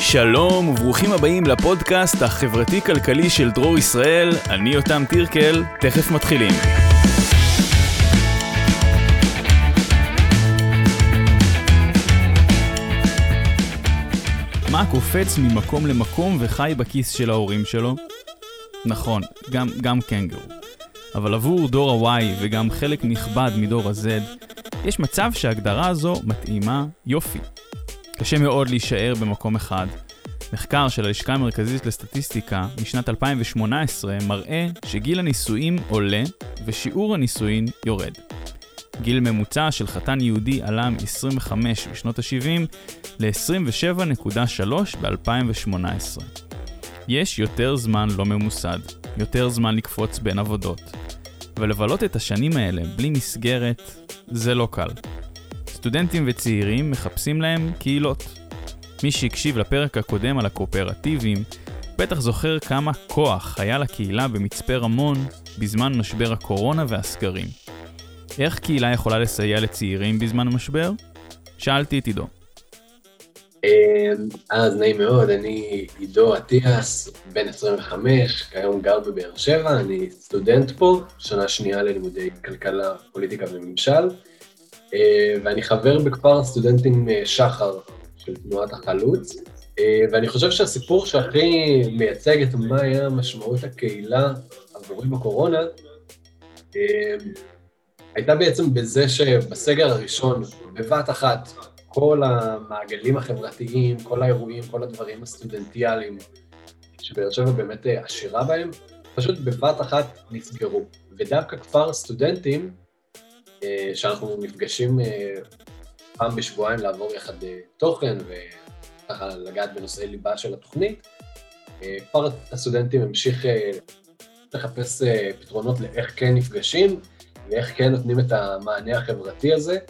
שלום וברוכים הבאים לפודקאסט החברתי-כלכלי של דרור ישראל. אני יותם טירקל, תכף מתחילים. מה קופץ ממקום למקום וחי בכיס של ההורים שלו? נכון, גם קנגרו. אבל עבור דור ה-Y וגם חלק נכבד מדור ה-Z, יש מצב שההגדרה הזו מתאימה יופי. קשה מאוד להישאר במקום אחד. מחקר של הלשכה המרכזית לסטטיסטיקה משנת 2018 מראה שגיל הנישואין עולה ושיעור הנישואין יורד. גיל ממוצע של חתן יהודי עלה מ-25 בשנות ה-70 ל-27.3 ב-2018. יש יותר זמן לא ממוסד, יותר זמן לקפוץ בין עבודות. ולבלות את השנים האלה בלי מסגרת זה לא קל. סטודנטים וצעירים מחפשים להם קהילות. מי שהקשיב לפרק הקודם על הקואופרטיבים, בטח זוכר כמה כוח היה לקהילה במצפה רמון בזמן משבר הקורונה והסגרים. איך קהילה יכולה לסייע לצעירים בזמן המשבר? שאלתי את עידו. אז נעים מאוד, אני עידו אטיאס, בן 25, כיום גר בבאר שבע, אני סטודנט פה, שנה שנייה ללימודי כלכלה, פוליטיקה וממשל, ואני חבר בכפר סטודנטים שחר של תנועת החלוץ, ואני חושב שהסיפור שהכי מייצג את מה היה משמעות הקהילה עבורי בקורונה, הייתה בעצם בזה שבסגר הראשון, בבת אחת, כל המעגלים החברתיים, כל האירועים, כל הדברים הסטודנטיאליים, שבאר שבע באמת עשירה בהם, פשוט בבת אחת נסגרו. ודווקא כפר סטודנטים, שאנחנו נפגשים פעם בשבועיים לעבור יחד תוכן וככה לגעת בנושאי ליבה של התוכנית, כפר הסטודנטים המשיך לחפש פתרונות לאיך כן נפגשים, ואיך כן נותנים את המענה החברתי הזה.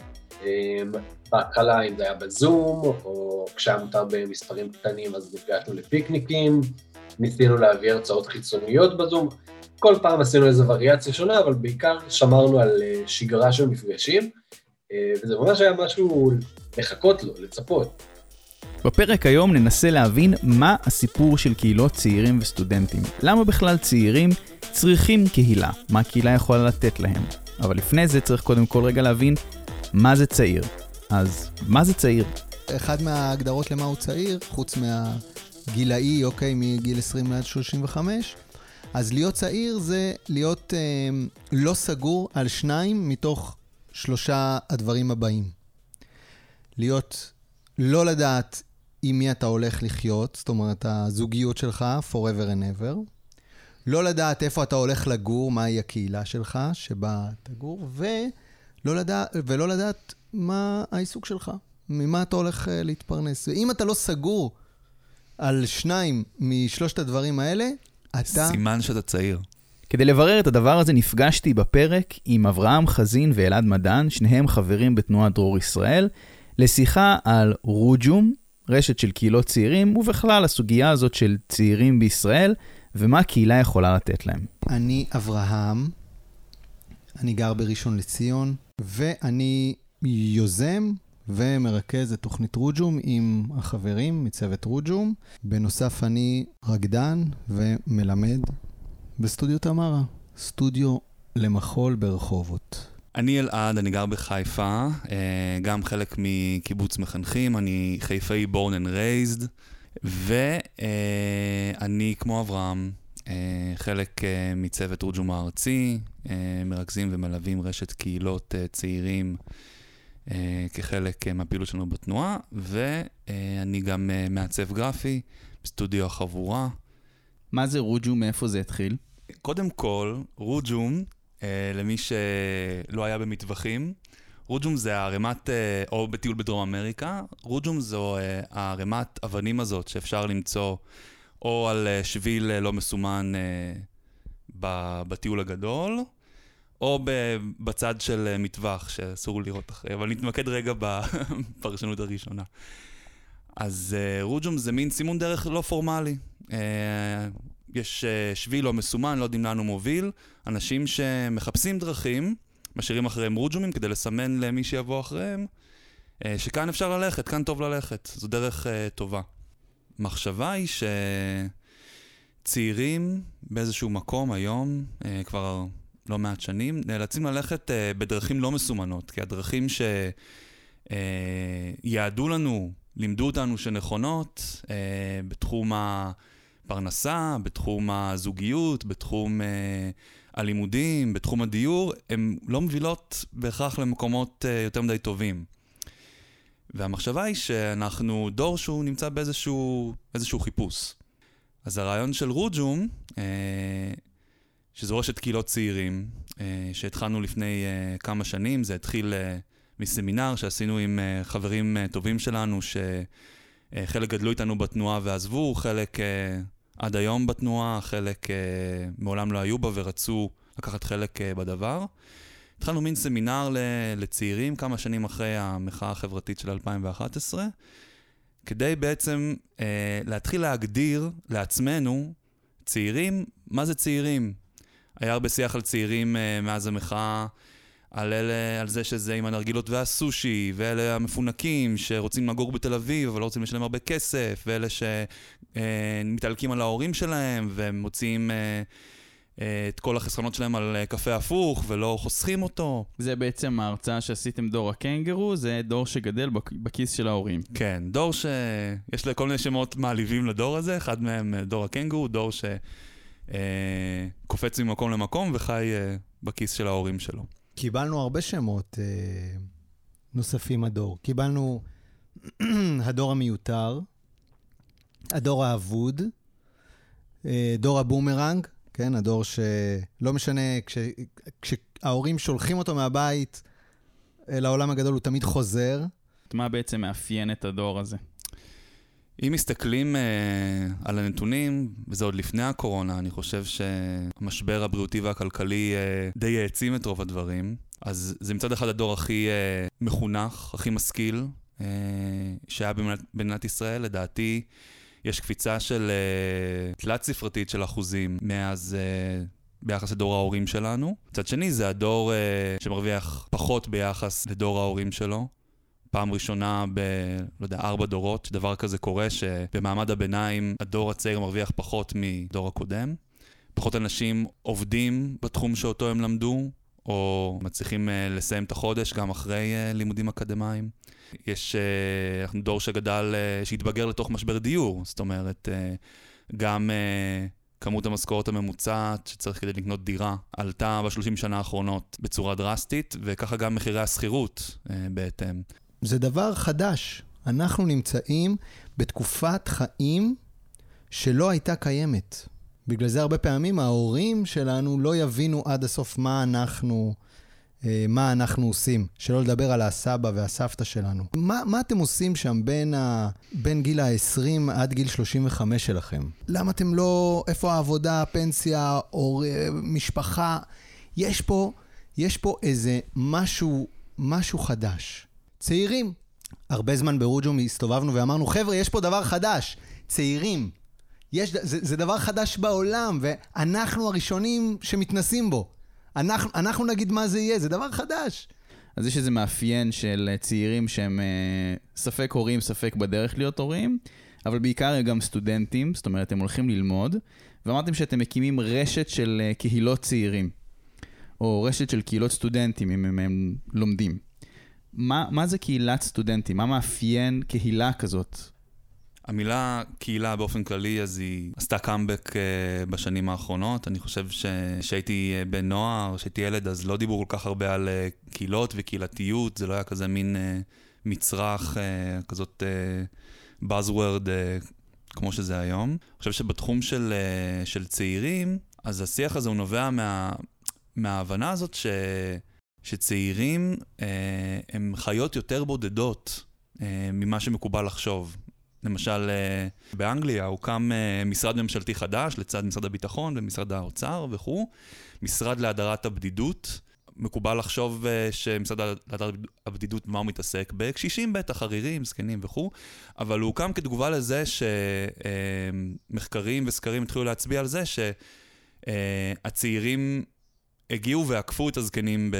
בהתחלה אם זה היה בזום, או כשהיה מותר במספרים קטנים אז נפגשנו לפיקניקים, ניסינו להביא הרצאות חיצוניות בזום, כל פעם עשינו איזו וריאציה שונה, אבל בעיקר שמרנו על שגרה של מפגשים, וזה ממש היה משהו לחכות לו, לצפות. בפרק היום ננסה להבין מה הסיפור של קהילות צעירים וסטודנטים. למה בכלל צעירים צריכים קהילה? מה הקהילה יכולה לתת להם? אבל לפני זה צריך קודם כל רגע להבין מה זה צעיר. אז מה זה צעיר? אחד מההגדרות למה הוא צעיר, חוץ מהגילאי, אוקיי, מגיל 20 עד 35, אז להיות צעיר זה להיות לא סגור על שניים מתוך שלושה הדברים הבאים. להיות לא לדעת עם מי אתה הולך לחיות, זאת אומרת הזוגיות שלך forever and ever, לא לדעת איפה אתה הולך לגור, מהי הקהילה שלך שבה תגור, ולא לדעת מה העיסוק שלך, ממה אתה הולך להתפרנס. ואם אתה לא סגור על שניים משלושת הדברים האלה, אתה... סימן שאתה צעיר. כדי לברר את הדבר הזה נפגשתי בפרק עם אברהם חזין ואלעד מדן, שניהם חברים בתנועת דרור ישראל, לשיחה על רוג'ום, רשת של קהילות צעירים, ובכלל הסוגיה הזאת של צעירים בישראל, ומה הקהילה יכולה לתת להם. אני אברהם, אני גר בראשון לציון, ואני יוזם ומרכז את תוכנית רוג'ום עם החברים מצוות רוג'ום. בנוסף אני רקדן ומלמד בסטודיו תמרה, סטודיו למחול ברחובות. אני אלעד, אני גר בחיפה, גם חלק מקיבוץ מחנכים, אני חיפאי born and raised, ואני כמו אברהם, חלק מצוות רוג'ום הארצי, מרכזים ומלווים רשת קהילות צעירים כחלק מהפעילות שלנו בתנועה, ואני גם מעצב גרפי בסטודיו החבורה. מה זה רוג'ום? מאיפה זה התחיל? קודם כל, רוג'ום, למי שלא היה במטווחים, רוג'ום זה הרמת, או בטיול בדרום אמריקה, רוג'ום זו הרמת אבנים הזאת שאפשר למצוא או על שביל לא מסומן בטיול הגדול, או בצד של מטווח שאסור לראות אחרי, אבל נתמקד רגע בפרשנות הראשונה. אז רוג'ום זה מין סימון דרך לא פורמלי. יש שביל לא מסומן, לא יודעים לאן הוא מוביל, אנשים שמחפשים דרכים, משאירים אחריהם רוג'ומים כדי לסמן למי שיבוא אחריהם, שכאן אפשר ללכת, כאן טוב ללכת, זו דרך טובה. המחשבה היא שצעירים באיזשהו מקום היום, כבר לא מעט שנים, נאלצים ללכת בדרכים לא מסומנות, כי הדרכים שיעדו לנו, לימדו אותנו שנכונות, בתחום הפרנסה, בתחום הזוגיות, בתחום הלימודים, בתחום הדיור, הן לא מובילות בהכרח למקומות יותר מדי טובים. והמחשבה היא שאנחנו דור שהוא נמצא באיזשהו חיפוש. אז הרעיון של רוג'ום, שזו רשת קהילות צעירים, שהתחלנו לפני כמה שנים, זה התחיל מסמינר שעשינו עם חברים טובים שלנו, שחלק גדלו איתנו בתנועה ועזבו, חלק עד היום בתנועה, חלק מעולם לא היו בה ורצו לקחת חלק בדבר. התחלנו מין סמינר לצעירים כמה שנים אחרי המחאה החברתית של 2011, כדי בעצם להתחיל להגדיר לעצמנו צעירים, מה זה צעירים? היה הרבה שיח על צעירים מאז המחאה, על זה שזה עם הנרגילות והסושי, ואלה המפונקים שרוצים לגור בתל אביב, אבל לא רוצים לשלם הרבה כסף, ואלה שמתעלקים על ההורים שלהם, ומוצאים את כל החסכונות שלהם על קפה הפוך, ולא חוסכים אותו. זה בעצם ההרצאה שעשיתם דור הקנגרו, זה דור שגדל בכיס של ההורים. כן, דור יש לה כל מיני שמות מעליבים לדור הזה, אחד מהם דור הקנגרו, דור שקופץ ממקום למקום וחי בכיס של ההורים שלו. קיבלנו הרבה שמות נוספים הדור. קיבלנו הדור המיותר, הדור האבוד, דור הבומרנג, כן, הדור שלא משנה, כשההורים שולחים אותו מהבית לעולם הגדול, הוא תמיד חוזר. מה בעצם מאפיין את הדור הזה? אם מסתכלים על הנתונים, וזה עוד לפני הקורונה, אני חושב שהמשבר הבריאותי והכלכלי די העצים את רוב הדברים. אז זה מצד אחד הדור הכי מחונך, הכי משכיל, שהיה במדינת ישראל. לדעתי, יש קפיצה של תלת ספרתית של אחוזים מאז ביחס לדור ההורים שלנו. מצד שני, זה הדור שמרוויח פחות ביחס לדור ההורים שלו. פעם ראשונה לא יודע, 4 דורות, שדבר כזה קורה, שבמעמד הביניים הדור הצעיר מרוויח פחות מדור הקודם. פחות אנשים עובדים בתחום שאותו הם למדו, או מצליחים לסיים את החודש גם אחרי לימודים אקדמיים. אנחנו דור שהתבגר לתוך משבר דיור, זאת אומרת, גם כמות המשכורת הממוצעת שצריך כדי לקנות דירה עלתה ב30 שנה האחרונות בצורה דרסטית, וככה גם מחירי הסחירות בהתאם. זה דבר חדש. אנחנו נמצאים בתקופת חיים שלא הייתה קיימת. בגלל זה הרבה פעמים ההורים שלנו לא יבינו עד הסוף מה אנחנו עושים. שלא לדבר על הסבא והסבתא שלנו. מה אתם עושים שם בין גיל ה-20 עד גיל 35 שלכם? למה אתם לא... איפה העבודה, הפנסיה, או משפחה? יש פה איזה משהו חדש. צעירים. הרבה זמן ברוג'ום הסתובבנו ואמרנו, חבר'ה, יש פה דבר חדש. צעירים. זה דבר חדש בעולם, ואנחנו הראשונים שמתנסים בו. אנחנו נגיד מה זה יהיה, זה דבר חדש. אז יש איזה מאפיין של צעירים שהם ספק הורים, ספק בדרך להיות הורים, אבל בעיקר הם גם סטודנטים, זאת אומרת, הם הולכים ללמוד, ואמרתם שאתם מקימים רשת של קהילות צעירים, או רשת של קהילות סטודנטים, אם הם לומדים. מה זה קהילת סטודנטים? מה מאפיין קהילה כזאת? המילה קהילה באופן כללי, אז היא עשתה קאמבק בשנים האחרונות. אני חושב שהייתי בן נוער, שהייתי ילד, אז לא דיברו כל כך הרבה על קהילות וקהילתיות. זה לא היה כזה מין מצרך, כזאת buzzword כמו שזה היום. אני חושב שבתחום של צעירים, אז השיח הזה הוא נובע מההבנה הזאת שצעירים הם חיות יותר בודדות ממה שמקובל לחשוב. למשל, באנגליה הוקם משרד ממשלתי חדש לצד משרד הביטחון ומשרד האוצר וכו', משרד להדרת הבדידות. מקובל לחשוב שמשרד להדרת הבדידות מה הוא מתעסק בקשישים בטח, ערירים, זקנים וכו', אבל הוא הוקם כתגובה לזה שמחקרים וסקרים התחילו להצביע על זה שהצעירים הגיעו ועקפו את הזקנים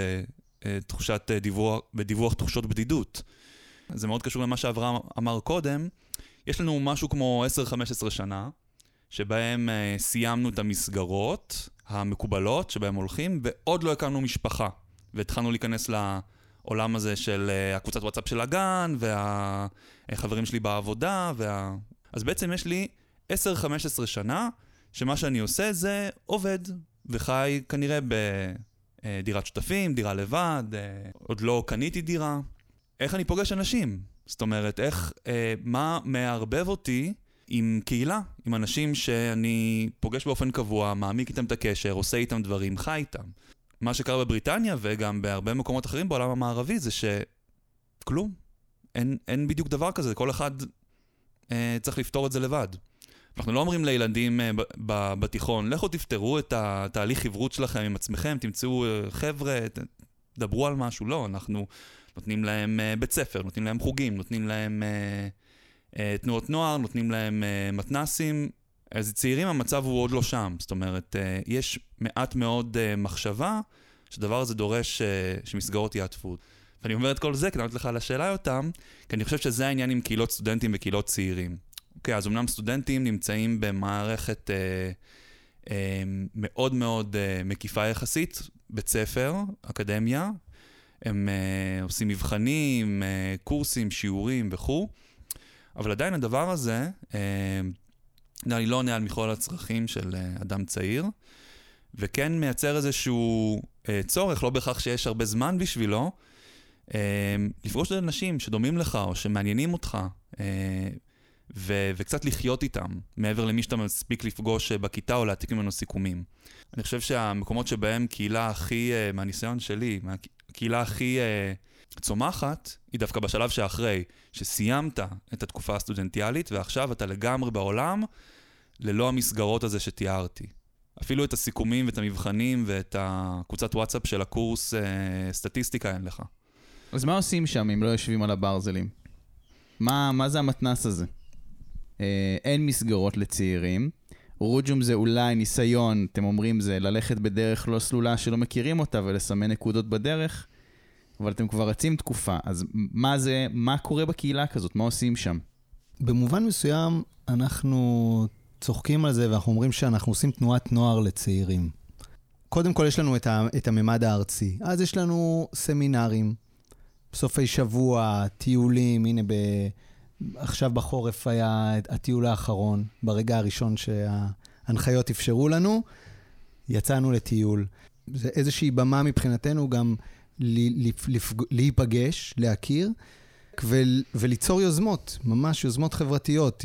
בדיווח תחושות בדידות. זה מאוד קשור למה שאברהם אמר קודם. יש לנו משהו כמו 10-15 שנה, שבהם סיימנו את המסגרות המקובלות שבהם הולכים, ועוד לא הקמנו משפחה. והתחלנו להיכנס לעולם הזה של הקבוצת וואטסאפ של הגן, והחברים שלי בעבודה, אז בעצם יש לי 10-15 שנה, שמה שאני עושה זה עובד, וחי כנראה בדירת שותפים, דירה לבד, עוד לא קניתי דירה. איך אני פוגש אנשים? זאת אומרת, מה מערבב אותי עם קהילה, עם אנשים שאני פוגש באופן קבוע, מעמיק איתם את הקשר, עושה איתם דברים, חי איתם. מה שקרה בבריטניה וגם בהרבה מקומות אחרים בעולם המערבי זה שכלום. אין בדיוק דבר כזה, כל אחד צריך לפתור את זה לבד. אנחנו לא אומרים לילדים בתיכון, לכו תפתרו את התהליך חברות שלכם עם עצמכם, תמצאו חבר'ה, דברו על משהו. לא, אנחנו נותנים להם בית ספר, נותנים להם חוגים, נותנים להם תנועות נוער, נותנים להם מתנסים. אז צעירים המצב הוא עוד לא שם. זאת אומרת, יש מעט מאוד מחשבה שדבר הזה דורש שמסגרות יעטפו. ואני אומר את כל זה, כדי לתת לך על השאלה אותם, כי אני חושב שזה העניין עם קהילות סטודנטים וקהילות צעירים. אוקיי, אז אמנם סטודנטים נמצאים במערכת מאוד מאוד מקיפה יחסית, בית ספר, אקדמיה, הם עושים מבחנים, קורסים, שיעורים וכו', אבל עדיין הדבר הזה, אני לא עונה על מכלול הצרכים של אדם צעיר, וכן מייצר איזשהו צורך, לא בהכרח שיש הרבה זמן בשבילו, לפגוש לאנשים שדומים לך או שמעניינים אותך, וקצת לחיות איתם, מעבר למי שאתה מספיק לפגוש בכיתה או להעתיק ממנו סיכומים. אני חושב שהמקומות שבהם קהילה הכי, מהניסיון שלי, הקהילה הכי צומחת, היא דווקא בשלב שאחרי, שסיימת את התקופה הסטודנטיאלית, ועכשיו אתה לגמרי בעולם, ללא המסגרות הזה שתיארתי. אפילו את הסיכומים ואת המבחנים ואת הקבוצת וואטסאפ של הקורס סטטיסטיקה אין לך. אז מה עושים שם אם לא יושבים על הברזלים? מה זה המתנס הזה? אין מסגרות לצעירים. רוג'ום זה אולי ניסיון, אתם אומרים זה ללכת בדרך לא סלולה שלא מכירים אותה ולסמן נקודות בדרך, אבל אתם כבר רצים תקופה. אז מה קורה בקהילה כזאת? מה עושים שם? במובן מסוים אנחנו צוחקים על זה ואנחנו אומרים שאנחנו עושים תנועת נוער לצעירים. קודם כל יש לנו את הממד הארצי. אז יש לנו סמינרים, בסופי שבוע, טיולים, הנה עכשיו בחורף היה הטיול האחרון, ברגע הראשון שההנחיות אפשרו לנו, יצאנו לטיול. זה איזושהי במה מבחינתנו גם להיפגש, להכיר, וליצור יוזמות, ממש יוזמות חברתיות,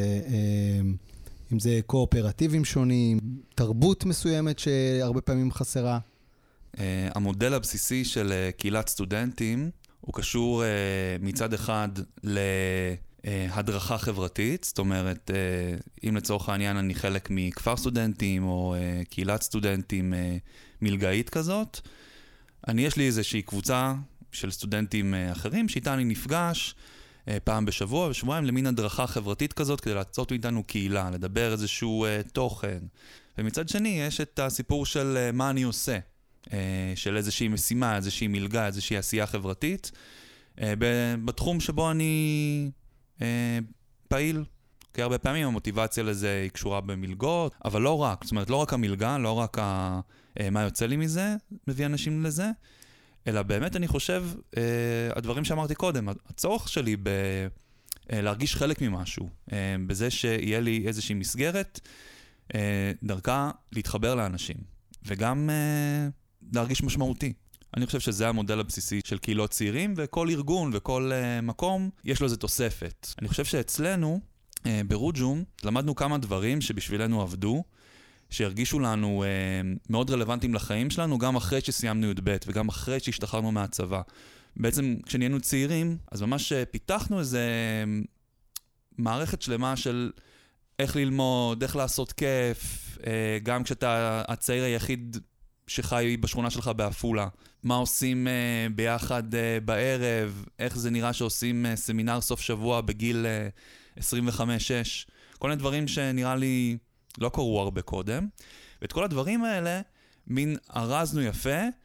אם זה קואופרטיבים שונים, תרבות מסוימת שהרבה פעמים חסרה. המודל הבסיסי של קהילת סטודנטים הוא קשור מצד אחד להדרכה חברתית, זאת אומרת, אם לצורך העניין אני חלק מכפר סטודנטים או קהילת סטודנטים מלגאית כזאת, יש לי איזושהי קבוצה של סטודנטים אחרים שאיתה אני נפגש פעם בשבוע, בשבועיים למין הדרכה חברתית כזאת כדי לעשות איתנו קהילה, לדבר איזשהו תוכן. ומצד שני יש את הסיפור של מה אני עושה. של איזושהי משימה, איזושהי מלגה, איזושהי עשייה חברתית, בתחום שבו אני פעיל. כי הרבה פעמים המוטיבציה לזה היא קשורה במלגות, אבל לא רק, זאת אומרת, לא רק המלגה, לא רק מה יוצא לי מזה, מביא אנשים לזה, אלא באמת אני חושב, הדברים שאמרתי קודם, הצורך שלי להרגיש חלק ממשהו, בזה שיהיה לי איזושהי מסגרת, דרכה להתחבר לאנשים, וגם להרגיש משמעותי. אני חושב שזה המודל הבסיסי של קהילות צעירים, וכל ארגון וכל מקום יש לו איזו תוספת. אני חושב שאצלנו, ברוג'ום, למדנו כמה דברים שבשבילנו עבדו, שהרגישו לנו מאוד רלוונטיים לחיים שלנו, גם אחרי שסיימנו י"ב וגם אחרי שהשתחררנו מהצבא. בעצם כשנהיינו צעירים, אז ממש פיתחנו איזו מערכת שלמה של איך ללמוד, איך לעשות כיף, גם כשאתה הצעיר היחיד שחי בשכונה שלך באפולה. מה עושים ביחד בערב, איך זה נראה שעושים סמינר סוף שבוע בגיל 25-6. כל מיני דברים שנראה לי לא קוראו הרבה קודם. ואת כל הדברים האלה, מין ארזנו יפה,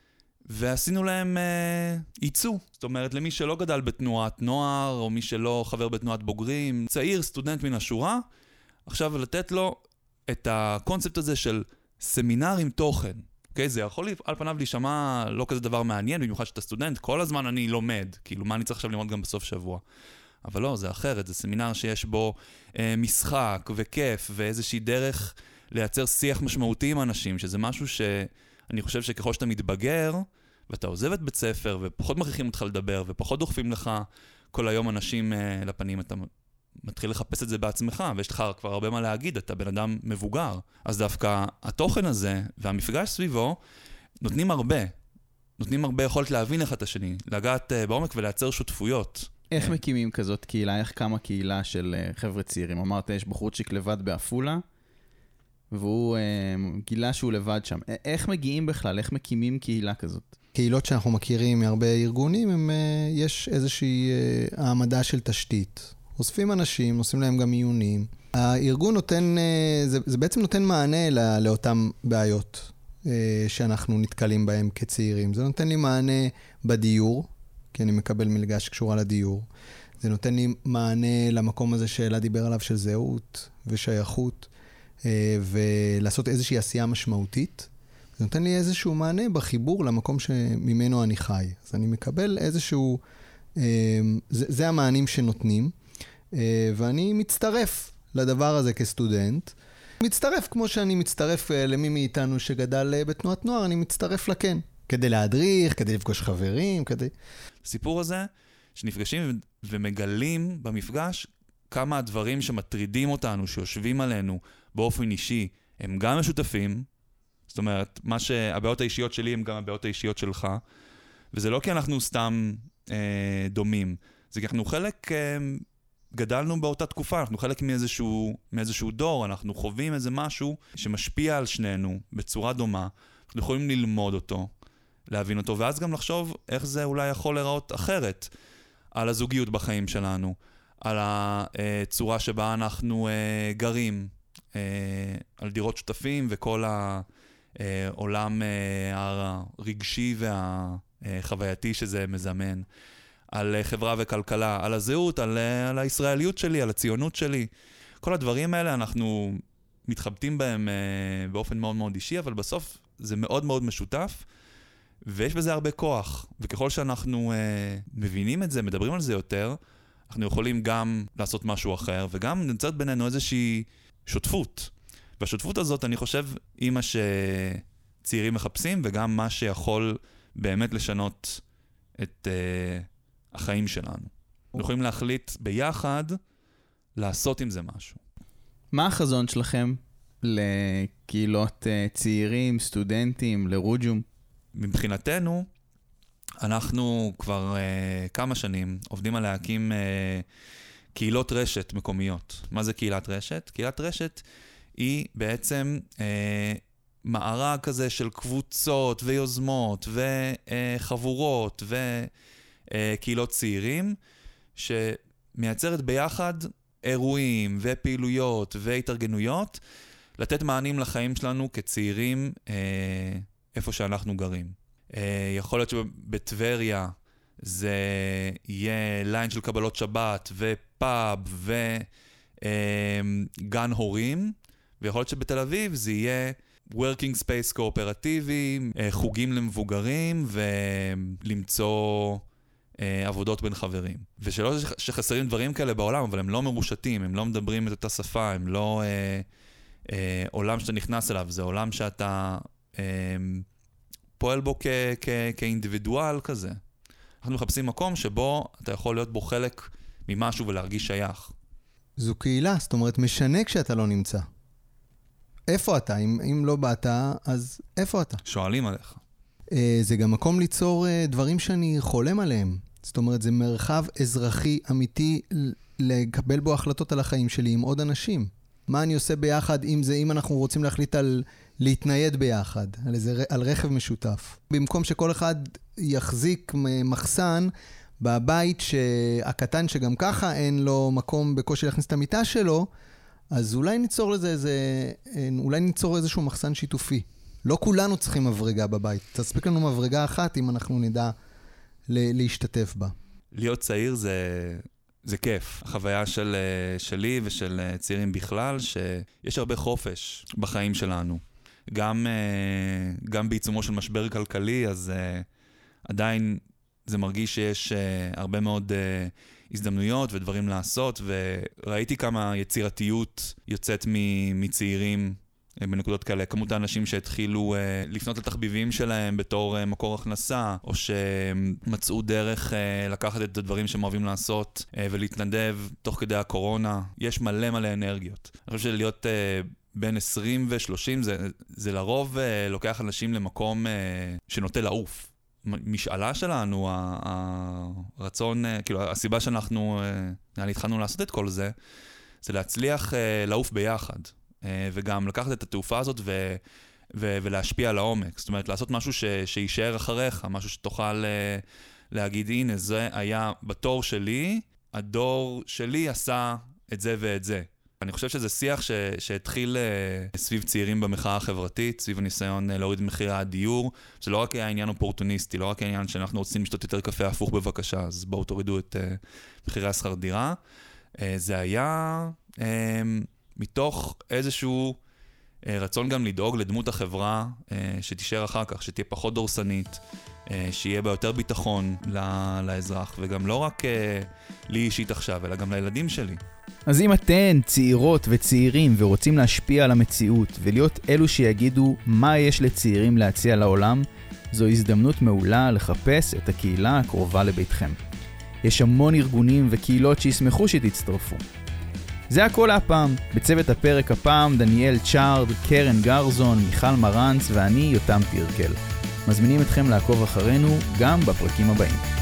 ועשינו להם ייצוא. זאת אומרת, למי שלא גדל בתנועת נוער, או מי שלא חבר בתנועת בוגרים, צעיר, סטודנט מן השורה, עכשיו לתת לו את הקונספט הזה של סמינר עם תוכן. אוקיי? זה יכול על פניו להישמע לא כזה דבר מעניין, במיוחד שאתה סטודנט, כל הזמן אני לומד. כאילו, מה אני צריך עכשיו ללמוד גם בסוף שבוע? אבל לא, זה אחרת. זה סמינר שיש בו משחק וכיף, ואיזושהי דרך לייצר שיח משמעותי עם אנשים, שזה משהו שאני חושב שככל שאתה מתבגר, ואתה עוזב את בית ספר, ופחות מכריחים אותך לדבר, ופחות דוחפים לך כל היום אנשים לפנים, אתה מתחיל לחפש את זה בעצמך, ויש לך כבר הרבה מה להגיד, אתה בן אדם מבוגר. אז דווקא התוכן הזה, והמפגש סביבו, נותנים הרבה יכולת להבין אחד את השני, לגעת בעומק ולייצר שותפויות. איך מקימים כזאת קהילה? איך קמה קהילה של חבר'ה צעירים? אמרת, יש בחורצ'יק לבד באפולה, והוא גילה שהוא לבד שם. איך מגיעים בכלל? איך מקימים קהילה כזאת? קהילות שאנחנו מכירים מהרבה ארגונים, יש איזושהי העמדה של תשתית. אוספים אנשים, עושים להם גם עיונים. הארגון נותן, זה בעצם נותן מענה לאותן בעיות שאנחנו נתקלים בהם כצעירים. זה נותן לי מענה בדיור, כי אני מקבל מלגה שקשורה לדיור. זה נותן לי מענה למקום הזה שאלה דיבר עליו של זהות ושייכות, ולעשות איזושהי עשייה משמעותית. זה נותן לי איזשהו מענה בחיבור למקום שממנו אני חי. אז אני מקבל איזשהו, זה המענים שנותנים, ואני מצטרף לדבר הזה כסטודנט. מצטרף כמו שאני מצטרף למי מאיתנו שגדל בתנועת נוער, אני מצטרף לכן. כדי להדריך, כדי לפגוש חברים, כדי... הסיפור הזה שנפגשים ומגלים במפגש כמה הדברים שמטרידים אותנו, שיושבים עלינו באופן אישי, הם גם משותפים. זאת אומרת, הבעיות האישיות שלי הם גם הבעיות האישיות שלך. וזה לא כי אנחנו סתם דומים. זה כי אנחנו חלק... גדלנו באותה תקופה, אנחנו חלק מאיזשהו דור, אנחנו חווים איזה משהו שמשפיע על שנינו בצורה דומה, אנחנו יכולים ללמוד אותו, להבין אותו, ואז גם לחשוב איך זה אולי יכול להיראות אחרת על הזוגיות בחיים שלנו, על הצורה שבה אנחנו גרים, על דירות שותפים וכל העולם הרגשי והחווייתי שזה מזמן. על חברה וכלכלה, על הזהות, על הישראליות שלי, על הציונות שלי. כל הדברים האלה אנחנו מתחבטים בהם באופן מאוד מאוד אישי, אבל בסוף זה מאוד מאוד משותף, ויש בזה הרבה כוח. וככל שאנחנו מבינים את זה, מדברים על זה יותר, אנחנו יכולים גם לעשות משהו אחר, וגם נמצאת בינינו איזושהי שותפות. והשותפות הזאת, אני חושב, היא מה שצעירים מחפשים, וגם מה שיכול באמת לשנות את... החיים שלנו. אנחנו יכולים להחליט ביחד לעשות עם זה משהו. מה החזון שלכם לקהילות צעירים, סטודנטים, לרוג'ום? מבחינתנו, אנחנו כבר כמה שנים עובדים על להקים קהילות רשת מקומיות. מה זה קהילת רשת? קהילת רשת היא בעצם מארג כזה של קבוצות ויוזמות וחבורות קהילות צעירים, שמייצרת ביחד אירועים ופעילויות והתארגנויות, לתת מענים לחיים שלנו כצעירים איפה שאנחנו גרים. יכול להיות שבטבריה זה יהיה ליין של קבלות שבת ופאב וגן הורים, ויכול להיות שבתל אביב זה יהיה working space קואופרטיבי, חוגים למבוגרים ולמצוא עבודות בין חברים. ושלא שחסרים דברים כאלה בעולם, אבל הם לא מרושתים, הם לא מדברים את אותה שפה, הם לא עולם שאתה נכנס אליו, זה עולם שאתה פועל בו כאינדיבידואל כזה. אנחנו מחפשים מקום שבו אתה יכול להיות בו חלק ממשהו ולהרגיש שייך. זו קהילה, זאת אומרת, משנה כשאתה לא נמצא. איפה אתה? אם לא באת, אז איפה אתה? שואלים עליך. זה גם מקום ליצור דברים שאני חולם עליהם. זאת אומרת, זה מרחב אזרחי אמיתי לקבל בו החלטות על החיים שלי עם עוד אנשים. מה אני עושה ביחד אם אנחנו רוצים להחליט על להתנייד ביחד, על רכב משותף. במקום שכל אחד יחזיק מחסן בבית הקטן שגם ככה אין לו מקום בקושי להכניס את המיטה שלו, אז אולי ניצור איזשהו מחסן שיתופי. לא כולנו צריכים מברגה בבית. תספיק לנו מברגה אחת אם אנחנו נדע להשתתף בה. להיות צעיר זה כיף. החוויה שלי ושל צעירים בכלל, שיש הרבה חופש בחיים שלנו. גם בעיצומו של משבר כלכלי, אז עדיין זה מרגיש שיש הרבה מאוד הזדמנויות ודברים לעשות, וראיתי כמה יצירתיות יוצאת מצעירים בנקודות כאלה. כמות האנשים שהתחילו לפנות לתחביבים שלהם בתור מקור הכנסה, או שמצאו דרך לקחת את הדברים שהם אוהבים לעשות ולהתנדב תוך כדי הקורונה. יש מלא אנרגיות. אני חושב שלהיות בין 20 ו-30 זה לרוב לוקח אנשים למקום שנוטה לעוף. משאלה שלנו, הרצון, כאילו הסיבה שאנחנו התחלנו לעשות את כל זה, זה להצליח לעוף ביחד. וגם לקחת את התעופה הזאת ולהשפיע על העומק. זאת אומרת, לעשות משהו שישאר אחריך, משהו שתוכל להגיד, הנה, זה היה בתור שלי, הדור שלי עשה את זה ואת זה. אני חושב שזה שיח שהתחיל סביב צעירים במחאה החברתית, סביב הניסיון להוריד מחירי הדיור. זה לא רק העניין אופורטוניסטי, לא רק העניין שאנחנו רוצים לשתות יותר קפה הפוך בבקשה, אז בואו תורידו את מחירי השכר דירה. זה היה מתוך איזשהו רצון גם לדאוג לדמות החברה שתישאר אחר כך, שתהיה פחות דורסנית, שיהיה בה יותר ביטחון לאזרח, וגם לא רק לי אישית עכשיו, אלא גם לילדים שלי. אז אם אתן צעירות וצעירים ורוצים להשפיע על המציאות ולהיות אלו שיגידו מה יש לצעירים להציע לעולם, זו הזדמנות מעולה לחפש את הקהילה הקרובה לביתכם. יש המון ארגונים וקהילות שישמחו שתצטרפו. זה הכל הפעם. בצוות הפרק הפעם דניאל צ'ארד, קרן גרזון, מיכל מרנץ ואני יותם פירקל. מזמינים אתכם לעקוב אחרינו גם בפרקים הבאים.